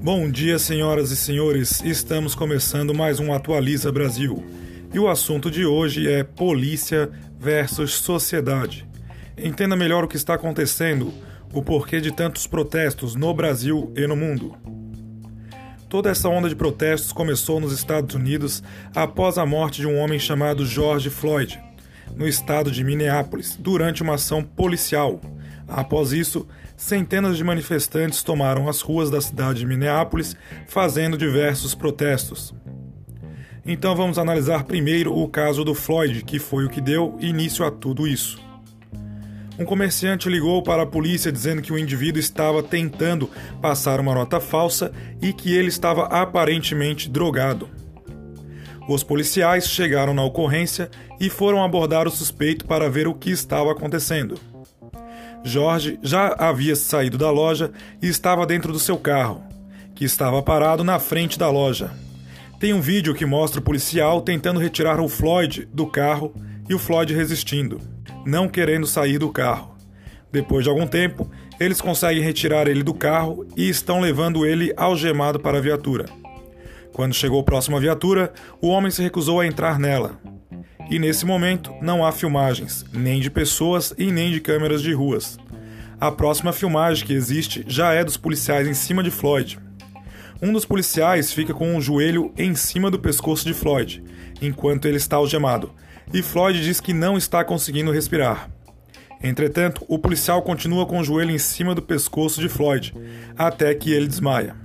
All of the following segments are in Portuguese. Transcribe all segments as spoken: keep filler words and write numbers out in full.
Bom dia, senhoras e senhores. Estamos começando mais um Atualiza Brasil. E o assunto de hoje é polícia versus sociedade. Entenda melhor o que está acontecendo, o porquê de tantos protestos no Brasil e no mundo. Toda essa onda de protestos começou nos Estados Unidos após a morte de um homem chamado George Floyd, no estado de Minneapolis, durante uma ação policial. Após isso, centenas de manifestantes tomaram as ruas da cidade de Minneapolis, fazendo diversos protestos. Então vamos analisar primeiro o caso do Floyd, que foi o que deu início a tudo isso. Um comerciante ligou para a polícia dizendo que o indivíduo estava tentando passar uma nota falsa e que ele estava aparentemente drogado. Os policiais chegaram na ocorrência e foram abordar o suspeito para ver o que estava acontecendo. Jorge já havia saído da loja e estava dentro do seu carro, que estava parado na frente da loja. Tem um vídeo que mostra o policial tentando retirar o Floyd do carro e o Floyd resistindo, não querendo sair do carro. Depois de algum tempo, eles conseguem retirar ele do carro e estão levando ele algemado para a viatura. Quando chegou próximo à viatura, o homem se recusou a entrar nela. E nesse momento não há filmagens, nem de pessoas e nem de câmeras de ruas. A próxima filmagem que existe já é dos policiais em cima de Floyd. Um dos policiais fica com o joelho em cima do pescoço de Floyd, enquanto ele está algemado, e Floyd diz que não está conseguindo respirar. Entretanto, o policial continua com o joelho em cima do pescoço de Floyd, até que ele desmaia.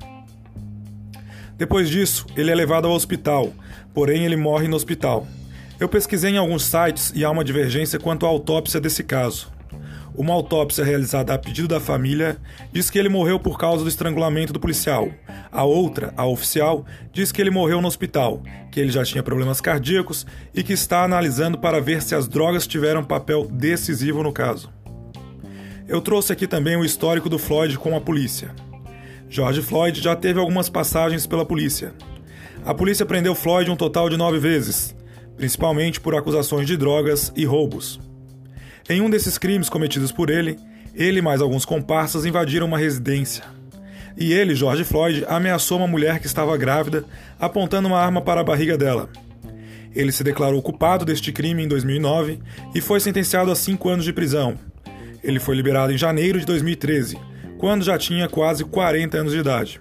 Depois disso, ele é levado ao hospital, porém ele morre no hospital. Eu pesquisei em alguns sites e há uma divergência quanto à autópsia desse caso. Uma autópsia realizada a pedido da família diz que ele morreu por causa do estrangulamento do policial. A outra, a oficial, diz que ele morreu no hospital, que ele já tinha problemas cardíacos e que está analisando para ver se as drogas tiveram papel decisivo no caso. Eu trouxe aqui também o histórico do Floyd com a polícia. George Floyd já teve algumas passagens pela polícia. A polícia prendeu Floyd um total de nove vezes, principalmente por acusações de drogas e roubos. Em um desses crimes cometidos por ele, ele e mais alguns comparsas invadiram uma residência. E ele, George Floyd, ameaçou uma mulher que estava grávida, apontando uma arma para a barriga dela. Ele se declarou culpado deste crime em dois mil e nove e foi sentenciado a cinco anos de prisão. Ele foi liberado em janeiro de dois mil e treze, quando já tinha quase quarenta anos de idade.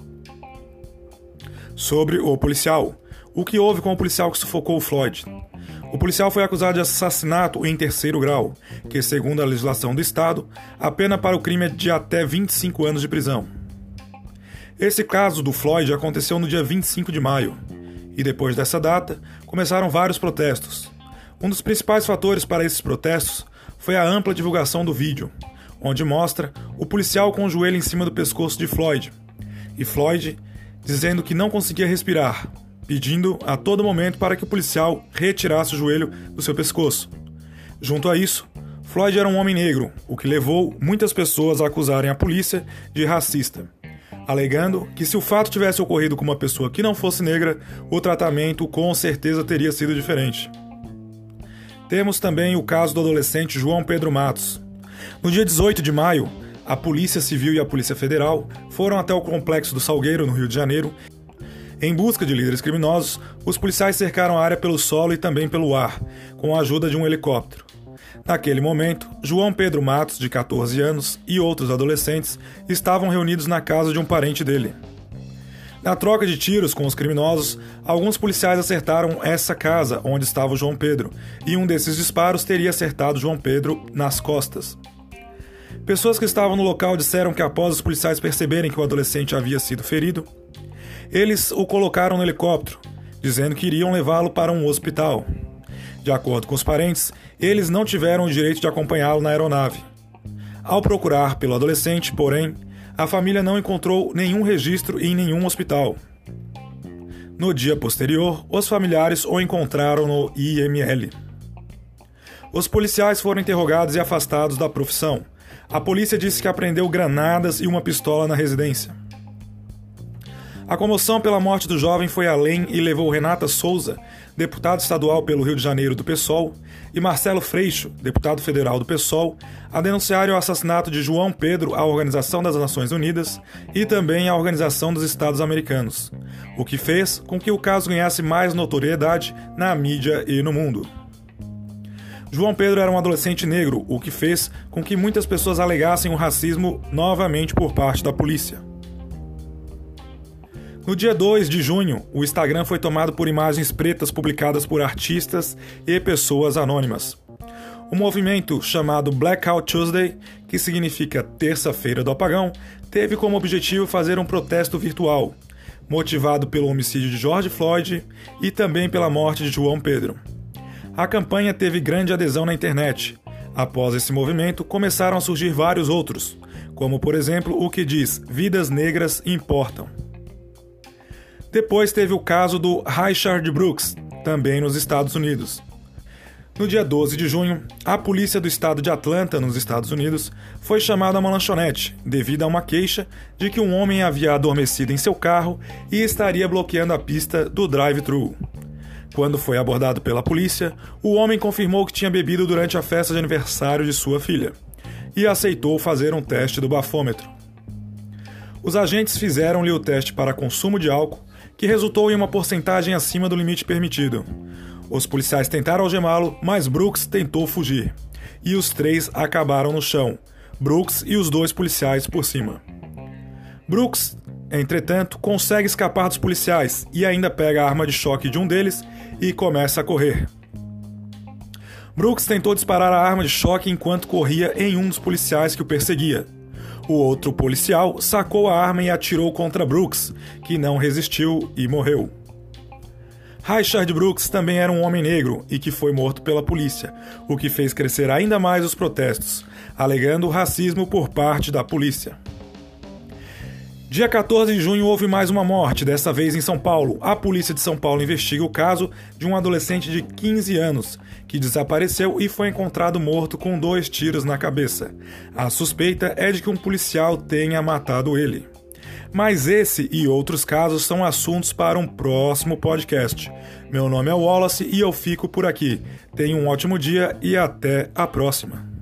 Sobre o policial. O que houve com o policial que sufocou o Floyd? O policial foi acusado de assassinato em terceiro grau, que, segundo a legislação do estado, a pena para o crime é de até vinte e cinco anos de prisão. Esse caso do Floyd aconteceu no dia vinte e cinco de maio, e depois dessa data, começaram vários protestos. Um dos principais fatores para esses protestos foi a ampla divulgação do vídeo, onde mostra o policial com o joelho em cima do pescoço de Floyd, e Floyd dizendo que não conseguia respirar, pedindo a todo momento para que o policial retirasse o joelho do seu pescoço. Junto a isso, Floyd era um homem negro, o que levou muitas pessoas a acusarem a polícia de racista, alegando que se o fato tivesse ocorrido com uma pessoa que não fosse negra, o tratamento com certeza teria sido diferente. Temos também o caso do adolescente João Pedro Matos. No dia dezoito de maio, a Polícia Civil e a Polícia Federal foram até o Complexo do Salgueiro, no Rio de Janeiro. Em busca de líderes criminosos, os policiais cercaram a área pelo solo e também pelo ar, com a ajuda de um helicóptero. Naquele momento, João Pedro Matos, de catorze anos, e outros adolescentes estavam reunidos na casa de um parente dele. Na troca de tiros com os criminosos, alguns policiais acertaram essa casa onde estava o João Pedro, e um desses disparos teria acertado João Pedro nas costas. Pessoas que estavam no local disseram que após os policiais perceberem que o adolescente havia sido ferido, eles o colocaram no helicóptero, dizendo que iriam levá-lo para um hospital. De acordo com os parentes, eles não tiveram o direito de acompanhá-lo na aeronave. Ao procurar pelo adolescente, porém, a família não encontrou nenhum registro em nenhum hospital. No dia posterior, os familiares o encontraram no I M L. Os policiais foram interrogados e afastados da profissão. A polícia disse que apreendeu granadas e uma pistola na residência. A comoção pela morte do jovem foi além e levou Renata Souza, deputado estadual pelo Rio de Janeiro do PSOL, e Marcelo Freixo, deputado federal do PSOL, a denunciarem o assassinato de João Pedro à Organização das Nações Unidas e também à Organização dos Estados Americanos, o que fez com que o caso ganhasse mais notoriedade na mídia e no mundo. João Pedro era um adolescente negro, o que fez com que muitas pessoas alegassem o racismo novamente por parte da polícia. No dia dois de junho, o Instagram foi tomado por imagens pretas publicadas por artistas e pessoas anônimas. O movimento, chamado Blackout Tuesday, que significa Terça-feira do Apagão, teve como objetivo fazer um protesto virtual, motivado pelo homicídio de George Floyd e também pela morte de João Pedro. A campanha teve grande adesão na internet. Após esse movimento, começaram a surgir vários outros, como por exemplo o que diz "Vidas negras importam". Depois teve o caso do Rayshard Brooks, também nos Estados Unidos. No dia doze de junho, a polícia do estado de Atlanta, nos Estados Unidos, foi chamada a uma lanchonete, devido a uma queixa de que um homem havia adormecido em seu carro e estaria bloqueando a pista do drive-thru. Quando foi abordado pela polícia, o homem confirmou que tinha bebido durante a festa de aniversário de sua filha e aceitou fazer um teste do bafômetro. Os agentes fizeram-lhe o teste para consumo de álcool, que resultou em uma porcentagem acima do limite permitido. Os policiais tentaram algemá-lo, mas Brooks tentou fugir. E os três acabaram no chão, Brooks e os dois policiais por cima. Brooks, entretanto, consegue escapar dos policiais e ainda pega a arma de choque de um deles e começa a correr. Brooks tentou disparar a arma de choque enquanto corria em um dos policiais que o perseguia. O outro policial sacou a arma e atirou contra Brooks, que não resistiu e morreu. Rayshard Brooks também era um homem negro e que foi morto pela polícia, o que fez crescer ainda mais os protestos, alegando racismo por parte da polícia. Dia quatorze de junho houve mais uma morte, dessa vez em São Paulo. A polícia de São Paulo investiga o caso de um adolescente de quinze anos, que desapareceu e foi encontrado morto com dois tiros na cabeça. A suspeita é de que um policial tenha matado ele. Mas esse e outros casos são assuntos para um próximo podcast. Meu nome é Wallace e eu fico por aqui. Tenha um ótimo dia e até a próxima.